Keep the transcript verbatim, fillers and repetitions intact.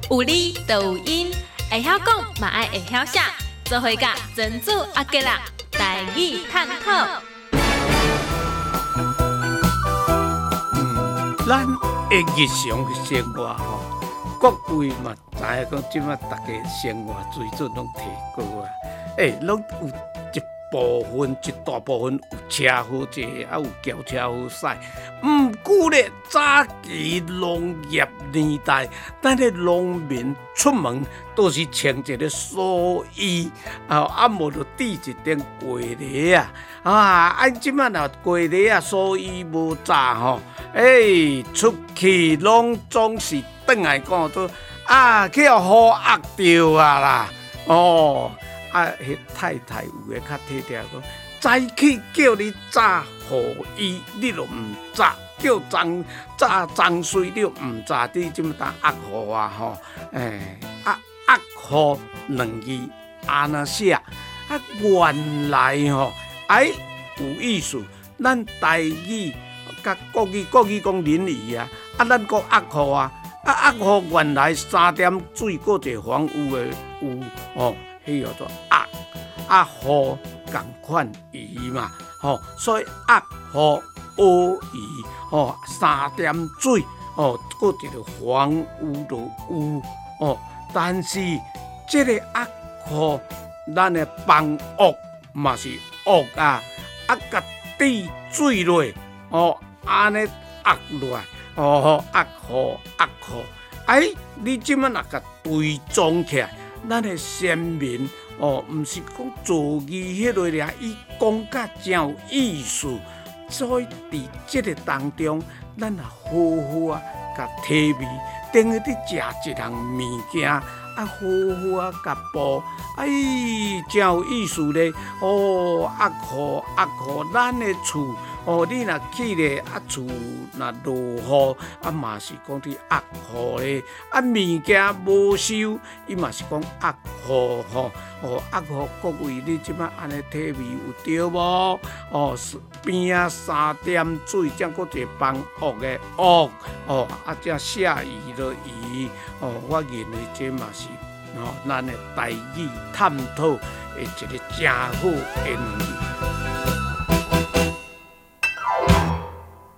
有理就有因，会晓讲嘛爱会晓写，做伙甲珍珠阿吉啦，台语探讨。 嗯，咱的日常生活吼，各位嘛知影讲，即摆大家生活水准拢提高啊，诶、欸，拢有一部分一大部分有车好坐，啊有轿车好驶。毋过咧，早期农业年代，咱咧农民出门都是穿一个蓑衣，啊，啊无就缀一顶过笠啊，啊，啊即摆若过笠啊，蓑衣无扎吼，诶、欸，出去拢总是转来讲做啊，去互压着啊啦，哦。啊，迄太太有诶较体贴讲，早起叫你炸雨衣，你就毋炸；叫脏炸脏水，你就毋炸。你即么当压雨啊？吼，诶，压压雨两字安那写？啊，原来吼，哎有意思。咱台语甲国语，国语讲淋雨啊，啊，咱讲压雨啊，啊压雨原来三点水，搁一个房有诶有哦。迄叫做压压雨共款鱼嘛，吼、哦，所以压雨乌鱼，吼、哦，三点水，哦，搁一个房屋就有，哦，但是这个压雨，咱的房屋嘛是屋啊，啊，甲滴水落，哦，安尼压落来，哦，压雨压雨，哎，你即摆若甲对装起来。咱的先民哦，毋是讲造字迄类俩，伊讲甲真有意思，所以伫即个当中，咱也好好啊，甲体味，等于伫食一项物件，啊，好好啊，甲补，哎，真有意思咧。哦，压雨压雨，咱的厝。哦，你若去咧，啊厝若落雨，啊嘛是讲伫压雨咧，啊物件无收，伊嘛是讲压雨吼，哦压雨各位，你即摆安尼体味有对无？哦，边啊三点水，才搁一个房屋的屋，哦啊才写鱼的鱼，哦我认为这嘛是哦咱的台语探讨的一个真好的两字。